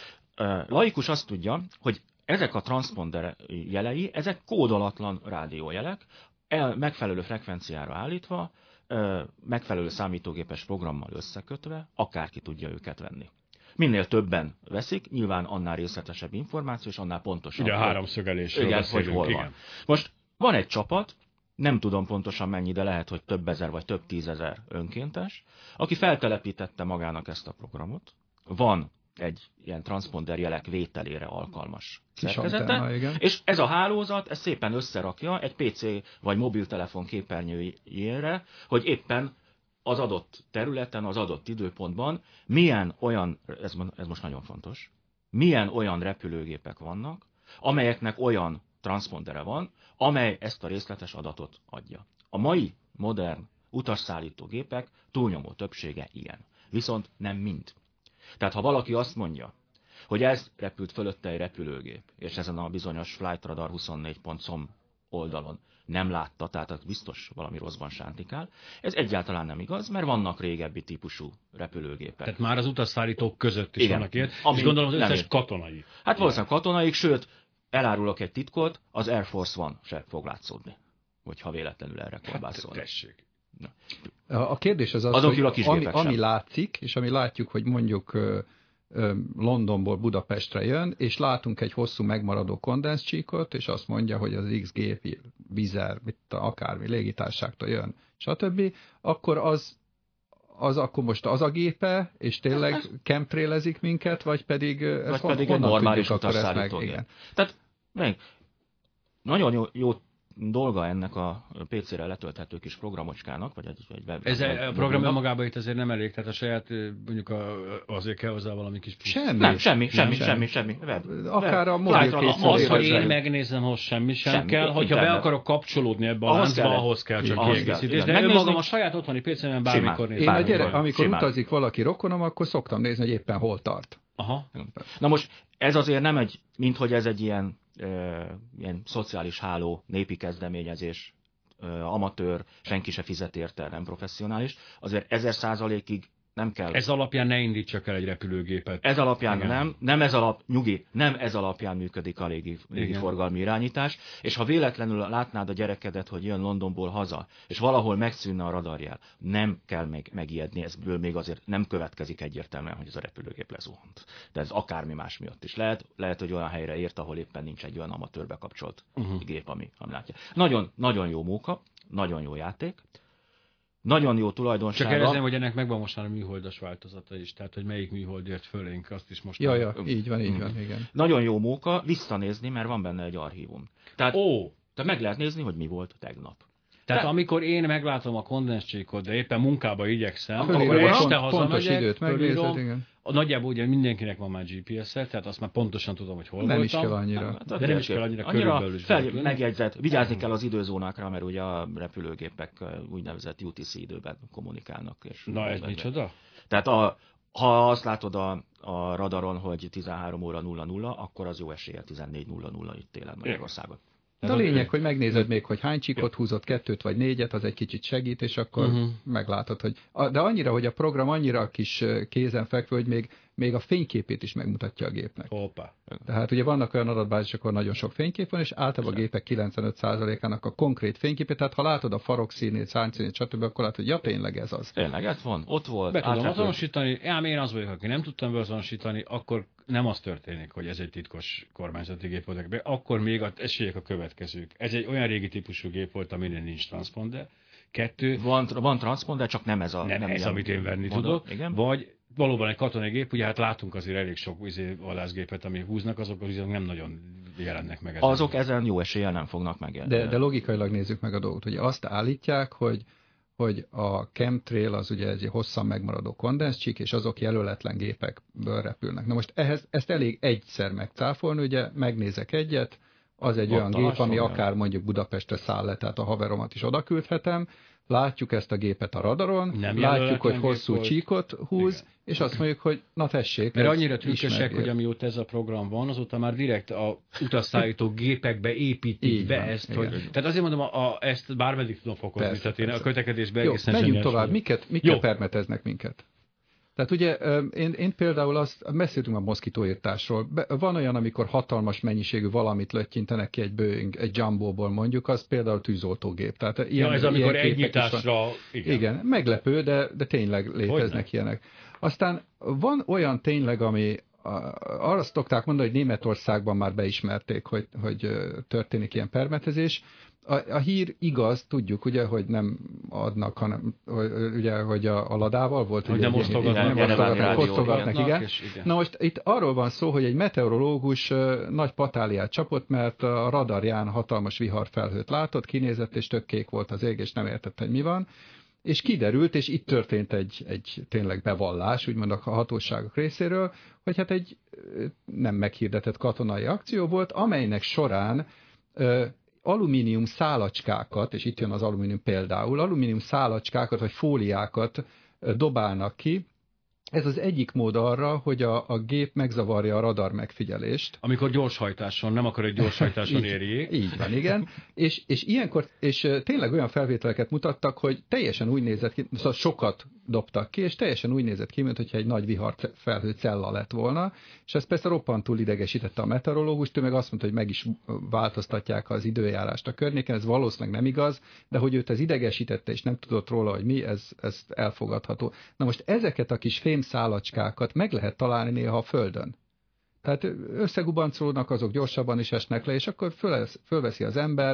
Laikus azt tudja, hogy ezek a transponder jelei, ezek kódolatlan rádiójelek, el, megfelelő frekvenciára állítva, ö, megfelelő számítógépes programmal összekötve, akárki tudja őket venni. Minél többen veszik, nyilván annál részletesebb információ, és annál pontosabb. Ugye a háromszögelésről igen, hogy hol igen. van. Most van egy csapat, nem tudom pontosan mennyi, de lehet, hogy több ezer vagy több tízezer önkéntes, aki feltelepítette magának ezt a programot. Van egy ilyen transponder jelek vételére alkalmas szerkezete, és ez a hálózat ez szépen összerakja egy pé cé vagy mobiltelefon képernyőjére, hogy éppen az adott területen, az adott időpontban milyen olyan, ez, ez most nagyon fontos, milyen olyan repülőgépek vannak, amelyeknek olyan transpondere van, amely ezt a részletes adatot adja. A mai modern utasszállító gépek túlnyomó többsége ilyen. Viszont nem mind. Tehát ha valaki azt mondja, hogy ez repült fölötte egy repülőgép, és ezen a bizonyos Flight Radar huszonnégy pont com oldalon nem látta, tehát biztos valami rosszban sántikál, ez egyáltalán nem igaz, mert vannak régebbi típusú repülőgépek. Tehát már az utasszállítók között is igen, vannak ilyen, és gondolom az összes katonai. Hát valószínűleg katonaik, sőt, elárulok egy titkot, az Air Force One se fog látszódni, hogyha véletlenül erre kolbászolni. Hát, tessék. A kérdés az az, hogy ami, ami látszik, és ami látjuk, hogy mondjuk ö, ö, Londonból Budapestre jön, és látunk egy hosszú megmaradó kondenszcsíkot, és azt mondja, hogy az X gép, Vizer, akármi légitárságtól jön, stb., akkor az, az akkor most az a gépe, és tényleg chemtrailezik minket, vagy pedig, vagy pedig egy normális utasszállító gép. Tehát meg, nagyon jó, jó dolga ennek a pé cére letölthető kis programocskának, vagy egy, egy web. Ez a program önmagában itt azért nem elég, tehát a saját, mondjuk a, azért kell hozzá valami kis... Semmi. Nem, semmi, semmi, nem, semmi, semmi. Web. Akár a mobilkészülék. Az, hogy én megnézem, ahhoz semmi sem semmi, kell. Hogyha be akarok kapcsolódni ebbe a láncba, ahhoz kell csak kiegészítés. De önmagam a saját otthoni pé cémen bármikor nézem. Én a gyere, amikor simán. Utazik valaki rokonom, akkor szoktam nézni, hogy éppen hol tart. Aha. Na most ez azért nem egy, minthogy ez egy ilyen ilyen szociális háló, népi kezdeményezés, amatőr, senki se fizet érte, nem professzionális, azért ezer százalékig nem kell. Ez alapján ne indítsak el egy repülőgépet. Ez alapján igen. nem, nem ez alap, nyugi, nem ez alapján működik a légi, légiforgalmi irányítás, és ha véletlenül látnád a gyerekedet, hogy jön Londonból haza, és valahol megszűnne a radarjel, nem kell meg, megijedni, ezből még azért nem következik egyértelműen, hogy ez a repülőgép lezuhant. De ez akármi más miatt is lehet, lehet, hogy olyan helyre ért, ahol éppen nincs egy olyan amatőrbe kapcsolt uh-huh. gép, ami, ami látja. Nagyon, nagyon jó móka, nagyon jó játék. Nagyon jó tulajdonsága. Csak kérdezem, hogy ennek megvan most már a műholdas változata is, tehát hogy melyik műhold jött fölénk, azt is most... Ja, ja, így van, így mm. van, igen. Nagyon jó móka, visszanézni, mert van benne egy archívum. Tehát, Ó. tehát meg lehet nézni, hogy mi volt tegnap. Tehát Te... amikor én meglátom a kondenscsíkot, de éppen munkába igyekszem, fölírom, akkor este hazamegyek, időt megnézed, igen. Nagyjából ugye mindenkinek van már gé pé es-e, tehát azt már pontosan tudom, hogy hol nem voltam. is kell annyira. Nem, de nem is kell annyira, annyira körülbelül is. Fel, megjegyzett, vigyázni kell az időzónákra, mert ugye a repülőgépek úgynevezett u té cé időben kommunikálnak. És na ez micsoda? Tehát a, ha azt látod a, a radaron, hogy tizenhárom óra nulla nulla, akkor az jó eséllyel tizennégy nulla nulla itt télen Magyarországon. De a lényeg, hogy megnézed még, hogy hány csíkot húzott, kettőt vagy négyet, az egy kicsit segít, és akkor uh-huh. meglátod, hogy... De annyira, hogy a program annyira kis kézenfekvő, hogy még, még a fényképét is megmutatja a gépnek. Hoppá. Tehát ugye vannak olyan adatbázisok, ahol nagyon sok fénykép van, és általában a gépek kilencvenöt százalékának a konkrét fényképét, tehát ha látod a farok színét, szárnyszínét, stb., akkor látod, hogy ja, tényleg ez az. Tényleg ez van, ott volt. Be tudom azonosítani, ám én az vagyok, aki nem tudtam beazonosítani, akkor nem az történik, hogy ez egy titkos kormányzati gép volt, de akkor még az esélyek a következők. Ez egy olyan régi típusú gép volt, aminél nincs transponder. Kettő. Van, van transponder, csak nem ez a... Nem, nem ez, amit én venni mondom, tudok. Igen? Vagy valóban egy katonai gép, ugye hát látunk azért elég sok izé, vadászgépet, ami húznak, azok az nem nagyon jelennek meg. Ezen. Azok ezen jó eséllyel nem fognak megjelenni. De, de logikailag nézzük meg a dolgot. Ugye azt állítják, hogy hogy a chemtrail az ugye egy hosszan megmaradó kondenscsík, és azok jelöletlen gépekből repülnek. Na most ehhez, ezt elég egyszer megcáfolni, ugye megnézek egyet, az egy ott olyan gép, ami akár mondjuk Budapestre száll le, tehát a haveromat is oda küldhetem, látjuk ezt a gépet a radaron, nem látjuk, hogy hosszú csíkot húz, igen. És azt mondjuk, hogy na tessék. Mert annyira trükkösek, hogy amióta ez a program van, azóta már direkt a utasszállító gépekbe építik be van, ezt. Hogy, tehát azért mondom, a, a, ezt bármeddig tudom fokozni, persze, tehát én persze. A kötekedésben jó, egészen menjünk tovább, miket, miket permeteznek minket? Tehát ugye én, én például azt, beszéltünk a moszkitóírtásról, van olyan, amikor hatalmas mennyiségű valamit löttyintenek ki egy Boeing, egy Jumbo-ból mondjuk, az például tűzoltógép. Tehát ilyen, ja, ez amikor egy nyitásra... Igen. igen, meglepő, de, de tényleg léteznek Hogyne? Ilyenek. Aztán van olyan tényleg, ami arra szokták mondani, hogy Németországban már beismerték, hogy, hogy történik ilyen permetezés. A, a hír igaz, tudjuk, ugye, hogy nem adnak, hanem hogy, ugye, hogy a, a ladával volt. Hogy nem osztogatnak, nem osztogatnak, osztogatnak, igen. igen. Na most itt arról van szó, hogy egy meteorológus nagy patáliát csapott, mert a radarján hatalmas viharfelhőt látott, kinézett, és tök kék volt az ég, és nem értett, hogy mi van. És kiderült, és itt történt egy, egy tényleg bevallás, úgymond a hatóságok részéről, hogy hát egy nem meghirdetett katonai akció volt, amelynek során ö, alumínium szálacskákat, és itt jön az alumínium például, alumínium szálacskákat vagy fóliákat ö, dobálnak ki. Ez az egyik mód arra, hogy a, a gép megzavarja a radar megfigyelést. Amikor gyorshajtáson, nem akar, hogy gyorshajtáson érjék. Így van, igen. és, és ilyenkor, és tényleg olyan felvételeket mutattak, hogy teljesen úgy nézett ki, szóval sokat dobtak ki, és teljesen úgy nézett ki, mint hogyha egy nagy vihar felhő cella lett volna, és ez persze roppantul idegesítette a meteorológust, ő meg azt mondta, hogy meg is változtatják az időjárást a környéken, ez valószínűleg nem igaz, de hogy őt ez idegesítette, és nem tudott róla, hogy mi, ez, ez elfogadható. Na most ezeket a kis fémszálacskákat meg lehet találni néha a földön. Tehát összegubancolódnak, azok gyorsabban is esnek le, és akkor föl, fölveszi az ember,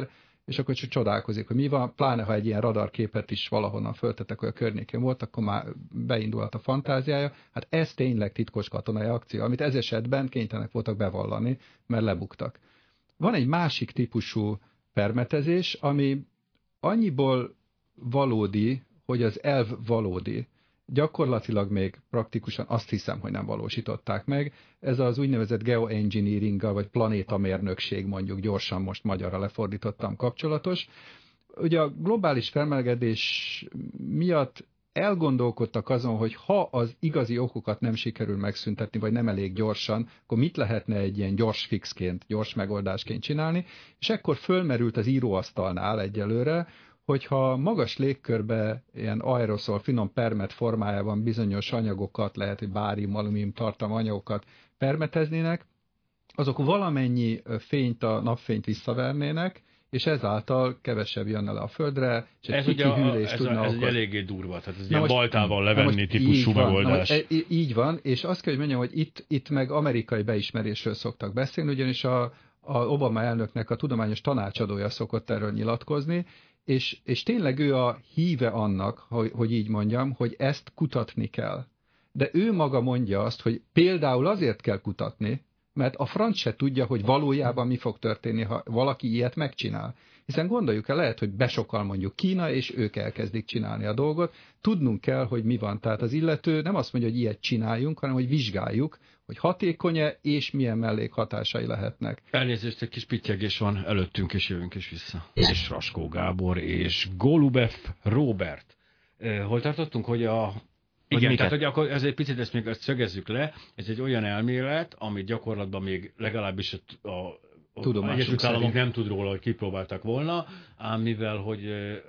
és akkor csak csodálkozik, hogy mi van, pláne ha egy ilyen radarképet is valahonnan föltettek, hogy a környékén volt, akkor már beindulhat a fantáziája. Hát ez tényleg titkos katonai akció, amit ez esetben kénytelenek voltak bevallani, mert lebuktak. Van egy másik típusú permetezés, ami annyiból valódi, hogy az elv valódi. Gyakorlatilag még praktikusan azt hiszem, hogy nem valósították meg. Ez az úgynevezett geoengineeringgal, vagy planétamérnökség, mondjuk gyorsan most magyarra lefordítottam, kapcsolatos. Ugye a globális felmelegedés miatt elgondolkodtak azon, hogy ha az igazi okokat nem sikerül megszüntetni, vagy nem elég gyorsan, akkor mit lehetne egy ilyen gyors fixként, gyors megoldásként csinálni, és ekkor fölmerült az íróasztalnál egyelőre, hogyha magas légkörbe ilyen aeroszol, finom permet formájában bizonyos anyagokat, lehet, hogy bárium, alumínium tartalmú anyagokat permeteznének, azok valamennyi fényt, a napfényt visszavernének, és ezáltal kevesebb jönne le a földre, és egy ez kicsi ugye hűlés ez, tudna a, ez okozni. egy eléggé durva, tehát ez Na ilyen most, baltával levenni típusú így van, megoldás. Na most, így van, és azt kell, hogy mondjam, hogy itt, itt meg amerikai beismerésről szoktak beszélni, ugyanis a, a Obama elnöknek a tudományos tanácsadója szokott erről nyilatkozni, és, és tényleg ő a híve annak, hogy, hogy így mondjam, hogy ezt kutatni kell. De ő maga mondja azt, hogy például azért kell kutatni, mert a franc se tudja, hogy valójában mi fog történni, ha valaki ilyet megcsinál. Hiszen gondoljuk el, lehet, hogy besokal mondjuk Kína, és ők elkezdik csinálni a dolgot. Tudnunk kell, hogy mi van. Tehát az illető nem azt mondja, hogy ilyet csináljunk, hanem hogy vizsgáljuk, hogy hatékony-e, és milyen mellékhatásai lehetnek. Elnézést, egy kis pittyegés van előttünk, és jövünk is vissza. És Raskó Gábor, és Golubev Róbert. Hol tartottunk, hogy a... Igen, hogy tehát hogy akkor ez egy picit ezt még ezt szögezzük le, ez egy olyan elmélet, amit gyakorlatban még legalábbis a, a az Egyesült Államok nem tud róla, hogy kipróbáltak volna, ám mivel, hogy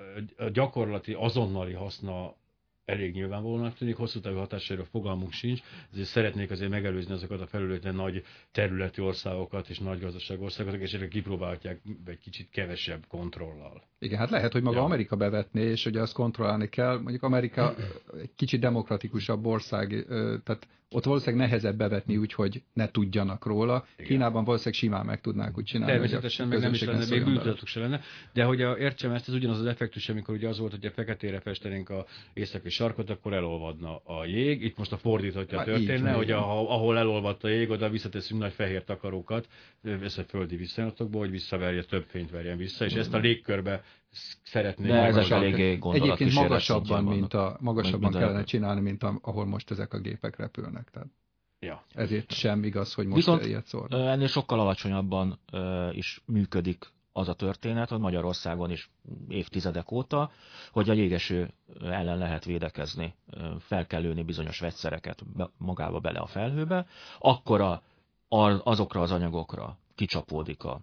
a gyakorlati azonnali haszna elég nyilvánvalóan tűnik, hosszú távú hatásairól fogalmunk sincs, ezért szeretnék azért megelőzni azokat a felületen nagy területi országokat és nagy gazdaság országokat, és erre kipróbálják egy kicsit kevesebb kontrollal. Igen, hát lehet, hogy maga ja. Amerika bevetné, és ugye azt kontrollálni kell. Mondjuk Amerika egy kicsit demokratikusabb ország, tehát ott valószínűleg nehezebb bevetni úgy, hogy ne tudjanak róla. Igen. Kínában valószínűleg simán meg tudnák úgy csinálni. Természetesen meg nem is lenne, még bűntudatuk se lenne. De hogy a, értsem ezt, ez ugyanaz az effektus, amikor ugye az volt, hogy a feketére festenénk a északi sarkot, akkor elolvadna a jég. Itt most a fordítottja történne, hogy a, ahol elolvadt a jég, oda visszateszünk nagy fehér takarókat, ez a földi viszonylatokból, hogy visszaverje, több fényt verjen vissza, és ezt a légkörbe szeretnék. De ez eléggé Egyébként magasabban, mint a, magasabban mint kellene a... csinálni, mint a, ahol most ezek a gépek repülnek. Tehát ja. Ezért sem igaz, hogy most viszont ilyet szól. Ennél sokkal alacsonyabban is működik az a történet, hogy Magyarországon is évtizedek óta, hogy a jégeső ellen lehet védekezni, fel kell lőni bizonyos vegyszereket magába bele a felhőbe, akkor a, azokra az anyagokra kicsapódik a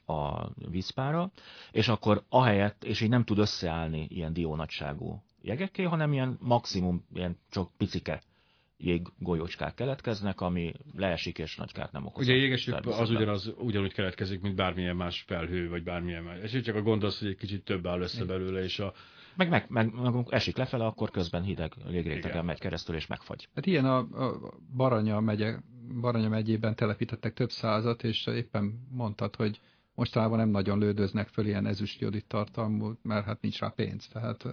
a vízpára, és akkor ahelyett, és így nem tud összeállni ilyen diónagyságú jegekké, hanem ilyen maximum, ilyen csak picike jéggolyócskák keletkeznek, ami leesik és nagy kárt nem okoz. Ugye a jégeső az ugyanaz, ugyanúgy keletkezik, mint bármilyen más felhő, vagy bármilyen más. És csak a gond az, hogy egy kicsit több áll össze belőle, és a... Meg, meg, meg, meg esik lefele, akkor közben hideg légrétegen megy keresztül, és megfagy. Hát ilyen a, a Baranya megye, Baranya megyében telepítettek több százat, és éppen mondtad, hogy mostanában nem nagyon lődöznek föl ilyen ezüstjodit tartalmú, mert hát nincs rá pénz. Tehát,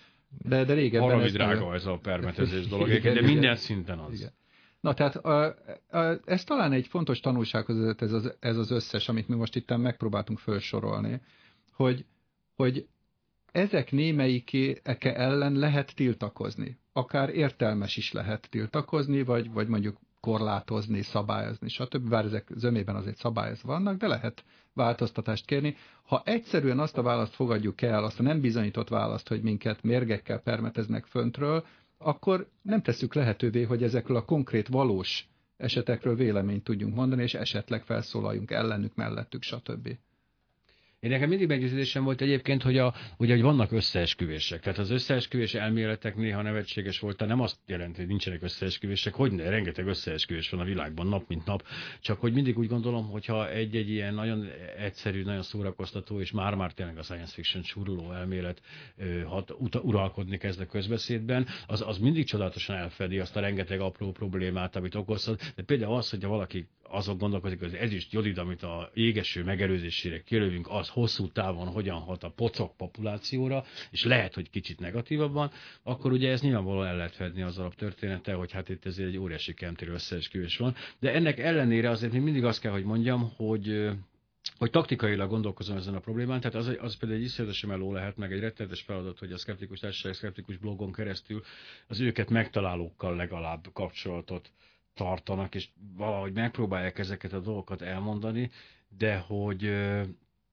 de, de régebben... Valami drága nagyon... ez a permetezés dolog, igen, de igen, minden szinten az. Igen. Na tehát a, a, ez talán egy fontos tanulság között ez az, ez az összes, amit mi most itt megpróbáltunk felsorolni, hogy, hogy ezek némelyike ellen lehet tiltakozni. Akár értelmes is lehet tiltakozni, vagy, vagy mondjuk korlátozni, szabályozni, stb. Bár ezek zömében azért szabályozva vannak, de lehet változtatást kérni. Ha egyszerűen azt a választ fogadjuk el, azt a nem bizonyított választ, hogy minket mérgekkel permeteznek föntről, akkor nem tesszük lehetővé, hogy ezekről a konkrét valós esetekről véleményt tudjunk mondani, és esetleg felszólaljunk ellenük, mellettük, stb. Én nekem mindig meggyőződésem volt egyébként, hogy, a, ugye, hogy vannak összeesküvések. Tehát az összeesküvés elméletek néha nevetséges volt, nem azt jelenti, hogy nincsenek összeesküvések, hogy ne, rengeteg összeesküvés van a világban nap mint nap. Csak hogy mindig úgy gondolom, hogyha egy-egy ilyen nagyon egyszerű, nagyon szórakoztató, és már-már tényleg a science fiction súruló elmélet hat, uralkodni kezd a közbeszédben, az, az mindig csodálatosan elfedi azt a rengeteg apró problémát, amit okozhat. De például az, hogyha valaki azok gondolkodik, hogy az ezüst jodid, amit a jégeső megelőzésére kilövünk, az hosszú távon hogyan hat a pocok populációra, és lehet, hogy kicsit negatívabban, akkor ugye ez nyilvánvalóan el lehet fedni az alaptörténete, hogy hát itt ezért egy óriási kemtérő összeesküvés van. De ennek ellenére azért még mindig azt kell, hogy mondjam, hogy hogy taktikailag gondolkozom ezen a problémán, tehát az, az például egy iszonyatosan meló lehet, meg egy rettenetes feladat, hogy a szkeptikus társaság, szkeptikus blogon keresztül az őket megtalálókkal legalább kapcsolatot tartanak, és valahogy megpróbálják ezeket a dolgokat elmondani, de hogy ö,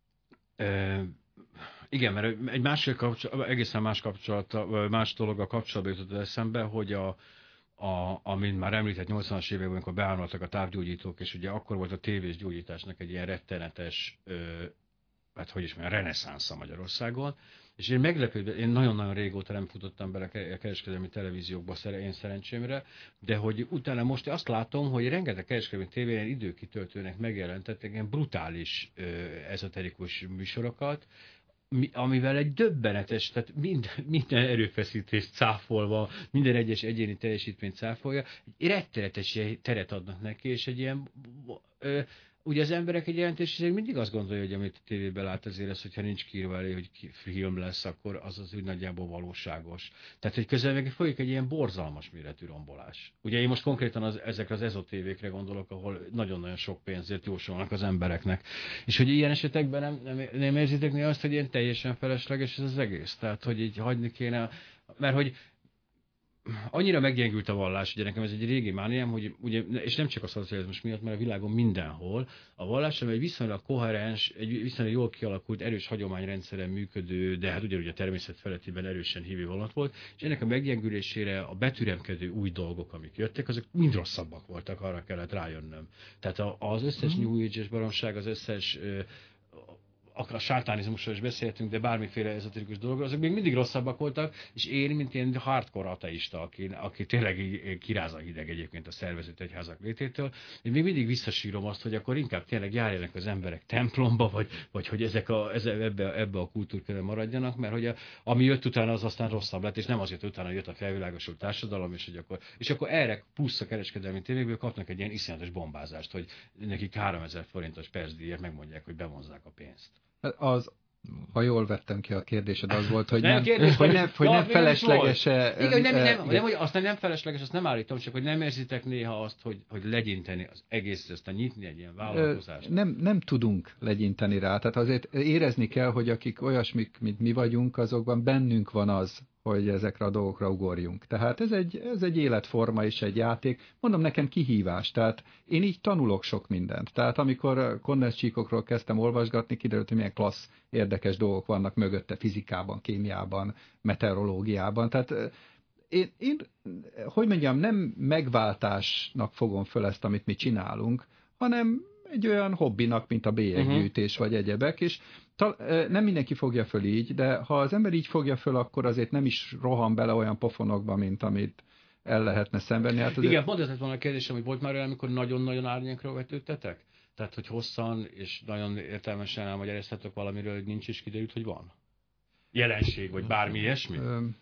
ö, igen, mert egy másik kapcsolat, egészen más kapcsolat, más dolog a kapcsolatban jutott eszembe, hogy a A, amint már említett nyolcvanas években, amikor beállnak a távgyógyítók, és ugye akkor volt a tévés gyógyításnak egy ilyen rettenetes, ö, hát hogy is mondjam, reneszánsza Magyarországon, és én meglepődve, én nagyon-nagyon régóta nem futottam bele a kereskedelmi televíziókba, én szerencsémre, de hogy utána most azt látom, hogy rengeteg kereskedelmi tévén időkitöltőnek megjelentettek ilyen brutális, ö, ezoterikus műsorokat, amivel egy döbbenetes, tehát mind, minden erőfeszítést cáfolva, minden egyes egyéni teljesítményt cáfolja, egy rettenetes teret adnak neki, és egy ilyen, ö, ugye az emberek egy jelentőség mindig azt gondolja, hogy amit a tévében lát, azért az, hogyha nincs kiírva elé, hogy film lesz, akkor az az úgy nagyjából valóságos. Tehát, hogy közben meg folyik egy ilyen borzalmas méretű rombolás. Ugye én most konkrétan az, ezekre az ezotévékre gondolok, ahol nagyon-nagyon sok pénzért jósolnak az embereknek. És hogy ilyen esetekben nem, nem, nem érzitek néha azt, hogy ilyen teljesen felesleges ez az egész. Tehát, hogy így hagyni kéne, mert hogy annyira meggyengült a vallás, ugye nekem ez egy régi mániám, hogy ugye, és nem csak a szocializmus miatt, mert a világon mindenhol a vallás, ami egy viszonylag koherens, egy viszonylag jól kialakult, erős hagyományrendszeren működő, de hát ugyanúgy a természet felettében erősen hívő vonat volt, és ennek a meggyengülésére a betüremkedő új dolgok, amik jöttek, azok mind rosszabbak voltak, arra kellett rájönnöm. Tehát az összes mm. New Age-es baromság, az összes akár a sátánizmusról is beszéltünk, de bármiféle ezoterikus dolgok, azok még mindig rosszabbak voltak, és én, mint ilyen hardcore ateista, aki, aki tényleg kiráz a hideg egyébként a szervezett egyházak lététől, én még mindig visszasírom azt, hogy akkor inkább tényleg járjanak az emberek templomba, vagy, vagy hogy ezek a, ebbe, ebbe a kultúrkörbe maradjanak, mert hogy a, ami jött utána, az aztán rosszabb lett, és nem azért utána jött a felvilágosult társadalom, és, hogy akkor, és akkor erre plusz a kereskedelmi tévékből kapnak egy ilyen iszonyatos bombázást, hogy nekik háromezer forintos percdíjat megmondják, hogy bevonzzák a pénzt. Az, ha jól vettem ki a kérdésed, az volt, hogy nem, nem, kérdés, hogy nem, hogy nem felesleges-e... Igen, hogy nem, nem, nem, hogy azt nem felesleges, azt nem állítom, csak hogy nem érzitek néha azt, hogy, hogy legyinteni az egész, ezt a nyitni egy ilyen vállalkozást. Nem, nem tudunk legyinteni rá, tehát azért érezni kell, hogy akik olyasmik, mint mi vagyunk, azokban bennünk van az, hogy ezekre a dolgokra ugorjunk. Tehát ez egy, ez egy életforma és egy játék. Mondom, nekem kihívás. Tehát én így tanulok sok mindent. Tehát amikor kondenscsíkokról kezdtem olvasgatni, kiderült, hogy milyen klassz, érdekes dolgok vannak mögötte fizikában, kémiában, meteorológiában. Tehát én, én, hogy mondjam, nem megváltásnak fogom föl ezt, amit mi csinálunk, hanem egy olyan hobbinak, mint a bélyeggyűjtés uh-huh. vagy egyebek, és nem mindenki fogja föl így, de ha az ember így fogja föl, akkor azért nem is rohan bele olyan pofonokba, mint amit el lehetne szenvedni. Hát azért... Igen, mondd ez volna a kérdésem, hogy volt már olyan, amikor nagyon-nagyon árnyékra vetődtetek? Tehát, hogy hosszan és nagyon értelmesen elmagyaráztatok valamiről, hogy nincs is kiderült, hogy van? Jelenség, vagy bármi ilyesmi?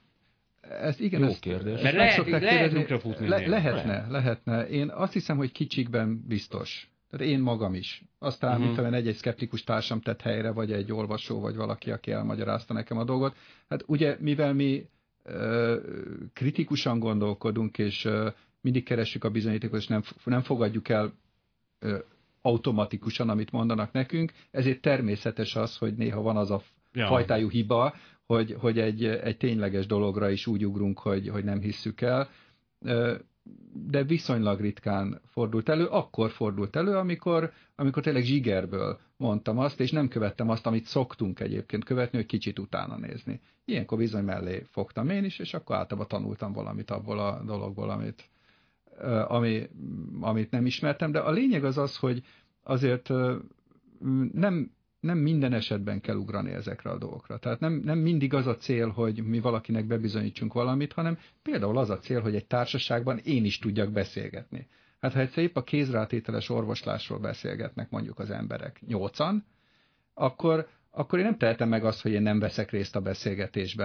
Ez igen, jó ezt, kérdés. Ezt Mert lehet, lehet futni. Le, lehetne, lehetne. Én azt hiszem, hogy kicsikben biztos. Tehát én magam is. Aztán, uh-huh. mint olyan egy-egy szkeptikus társam tett helyre, vagy egy olvasó, vagy valaki, aki elmagyarázta nekem a dolgot. Hát ugye, mivel mi ö, kritikusan gondolkodunk, és ö, mindig keressük a bizonyítékot, és nem, nem fogadjuk el ö, automatikusan, amit mondanak nekünk, ezért természetes az, hogy néha van az a ja. fajtájú hiba, hogy, hogy egy, egy tényleges dologra is úgy ugrunk, hogy, hogy nem hisszük el. Ö, de viszonylag ritkán fordult elő, akkor fordult elő, amikor, amikor tényleg zsigerből mondtam azt, és nem követtem azt, amit szoktunk egyébként követni, hogy kicsit utána nézni. Ilyenkor bizony mellé fogtam én is, és akkor általában tanultam valamit abból a dologból, amit, ami, amit nem ismertem, de a lényeg az az, hogy azért nem, nem minden esetben kell ugrani ezekre a dolgokra. Tehát nem, nem mindig az a cél, hogy mi valakinek bebizonyítsunk valamit, hanem például az a cél, hogy egy társaságban én is tudjak beszélgetni. Hát ha egyszer épp a kézrátételes orvoslásról beszélgetnek mondjuk az emberek nyolcan, akkor, akkor én nem tehetem meg azt, hogy én nem veszek részt a beszélgetésben,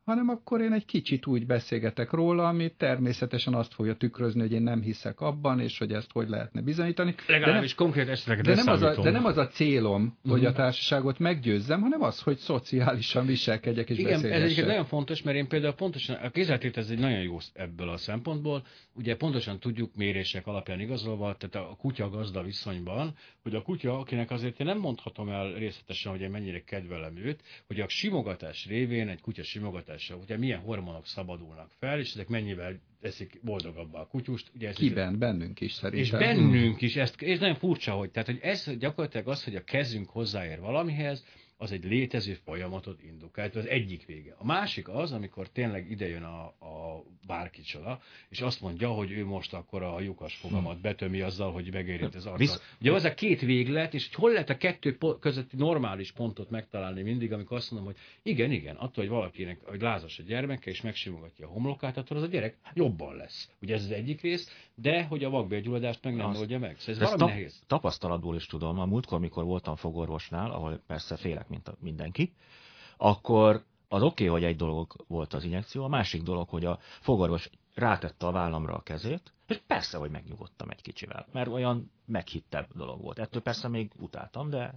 hanem akkor én egy kicsit úgy beszélgetek róla, ami természetesen azt fogja tükrözni, hogy én nem hiszek abban, és hogy ezt hogy lehetne bizonyítani. Legalábbis konkrét eseteket de, nem az a, de nem az a célom, uh-huh. hogy a társaságot meggyőzzem, hanem az, hogy szociálisan viselkedjek és igen, beszélgessek. Ez egyébként nagyon fontos, mert én például pontosan, a kézzeltétel ez egy nagyon jó ebből a szempontból, ugye pontosan tudjuk mérések alapján igazolva, tehát a kutya-gazda viszonyban, hogy a kutya, akinek azért én nem mondhatom el részletesen, hogy én mennyire kedvelem őt, hogy a simogatás révén, egy kutya simogatása, ugye milyen hormonok szabadulnak fel, és ezek mennyivel teszik boldogabbá a kutyust. Ugye ez Kiben? Bennünk is szerintem. És bennünk is, ezt, és nagyon furcsa, hogy, tehát, hogy ez gyakorlatilag az, hogy a kezünk hozzáér valamihez, az egy létező folyamatot indukál. Ez az egyik vége. A másik az, amikor tényleg idejön a, a bárkicsoda, és azt mondja, hogy ő most akkor a lyukas fogamat betömi azzal, hogy megérint az arccal. Visz... Ugye az a két véglet, és hogy hol lehet a kettő közötti normális pontot megtalálni mindig, amikor azt mondom, hogy igen, igen, attól, hogy valakinek, hogy lázas a gyermeke, és megsimogatja a homlokát, attól az a gyerek jobban lesz. Ugye ez az egyik rész, de hogy a vakbélgyulladást meg nem oldja meg. Szóval ez valami tap- nehéz. Tapasztalatból is tudom, a múltkor, mikor voltam fogorvosnál, ahol persze félek, mint a mindenki, akkor az oké, okay, hogy egy dolog volt az injekció, a másik dolog, hogy a fogorvos rátette a vállamra a kezét, és persze, hogy megnyugodtam egy kicsivel, mert olyan meghittebb dolog volt. Ettől persze még utáltam, de...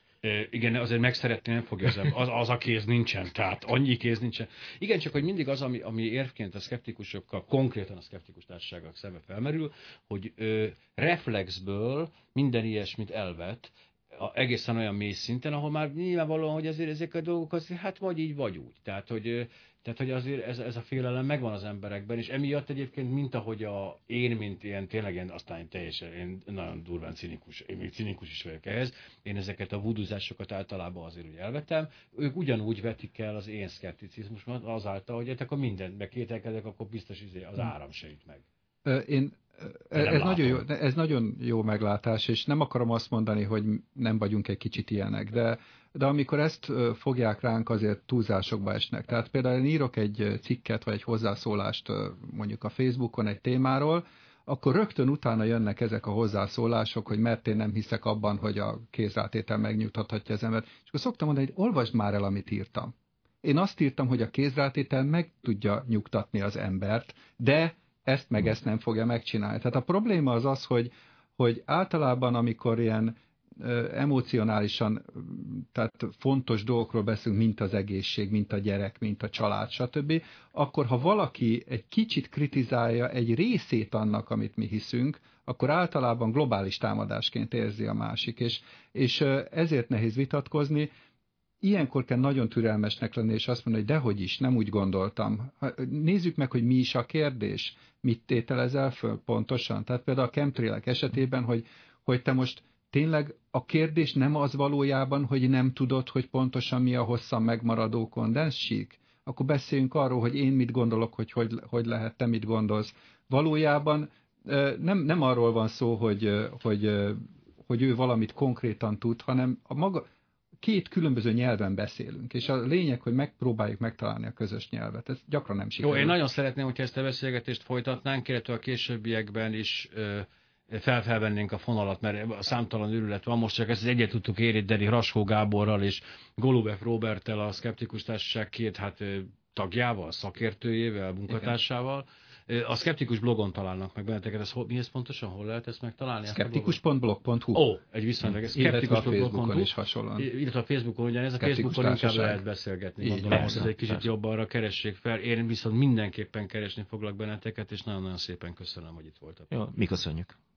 É, igen, azért megszeretni nem fogja az, az, az a kéz nincsen, tehát annyi kéz nincsen. Igen, csak hogy mindig az, ami, ami érvként a szkeptikusokkal, konkrétan a szkeptikus társasággal szembe felmerül, hogy ö, reflexből minden ilyesmit elvet, a, egészen olyan mély szinten, ahol már nyilvánvalóan, hogy azért ezek a dolgok azért, hát vagy így, vagy úgy. Tehát, hogy, tehát, hogy azért ez, ez a félelem megvan az emberekben, és emiatt egyébként, mint ahogy a, én, mint ilyen, tényleg én aztán teljesen, én nagyon durván cinikus, én még cinikus is vagyok ehhez, én ezeket a vuduzásokat általában azért úgy elvetem, ők ugyanúgy vetik el az én szkepticizmusmat azáltal, hogy hát akkor mindent bekételkedek, akkor biztos az áram se üt meg. Én Ez nagyon, jó, ez nagyon jó meglátás, és nem akarom azt mondani, hogy nem vagyunk egy kicsit ilyenek, de, de amikor ezt fogják ránk, azért túlzásokba esnek. Tehát például én írok egy cikket, vagy egy hozzászólást mondjuk a Facebookon egy témáról, akkor rögtön utána jönnek ezek a hozzászólások, hogy mert én nem hiszek abban, hogy a kézrátétel megnyugtathatja az embert. És akkor szoktam mondani, hogy olvasd már el, amit írtam. Én azt írtam, hogy a kézrátétel meg tudja nyugtatni az embert, de ezt meg ezt nem fogja megcsinálni. Tehát a probléma az az, hogy, hogy általában, amikor ilyen ö, emocionálisan, tehát fontos dolgokról beszélünk, mint az egészség, mint a gyerek, mint a család, stb., akkor ha valaki egy kicsit kritizálja egy részét annak, amit mi hiszünk, akkor általában globális támadásként érzi a másik, és, és ezért nehéz vitatkozni. Ilyenkor kell nagyon türelmesnek lenni, és azt mondani, hogy dehogy is, nem úgy gondoltam. Nézzük meg, hogy mi is a kérdés, mit tételezel föl pontosan. Tehát például a chemtrailek esetében, hogy, hogy te most tényleg a kérdés nem az valójában, hogy nem tudod, hogy pontosan mi a hosszan megmaradó kondenszsík. Akkor beszéljünk arról, hogy én mit gondolok, hogy hogy, hogy lehet, te mit gondolsz. Valójában nem, nem arról van szó, hogy, hogy, hogy ő valamit konkrétan tud, hanem a maga... Két különböző nyelven beszélünk, és a lényeg, hogy megpróbáljuk megtalálni a közös nyelvet. Ez gyakran nem sikerül. Jó, én nagyon szeretném, hogyha ezt a beszélgetést folytatnánk, illetve a későbbiekben is ö, fel felvennénk a fonalat, mert a számtalan őrület van. Most csak ezt egyet tudtuk érinteni Raskó Gáborral és Golubev Roberttel, a Szkeptikus Társaság két hát, tagjával, szakértőjével, munkatársával. Igen. A Szkeptikus blogon találnak meg benneteket, ez, mi ez pontosan, hol lehet ezt megtalálni? Szkeptikus pont blog pont hu. Ó, egy viszonylag. Illetve a Facebookon is hasonlóan. Illetve a Facebookon, ugyanez a Facebookon inkább lehet beszélgetni. Gondolom, hogy ez egy kicsit jobb, arra keressék fel. Én viszont mindenképpen keresni foglak benneteket, és nagyon-nagyon szépen köszönöm, hogy itt voltatok. Jó, mi köszönjük.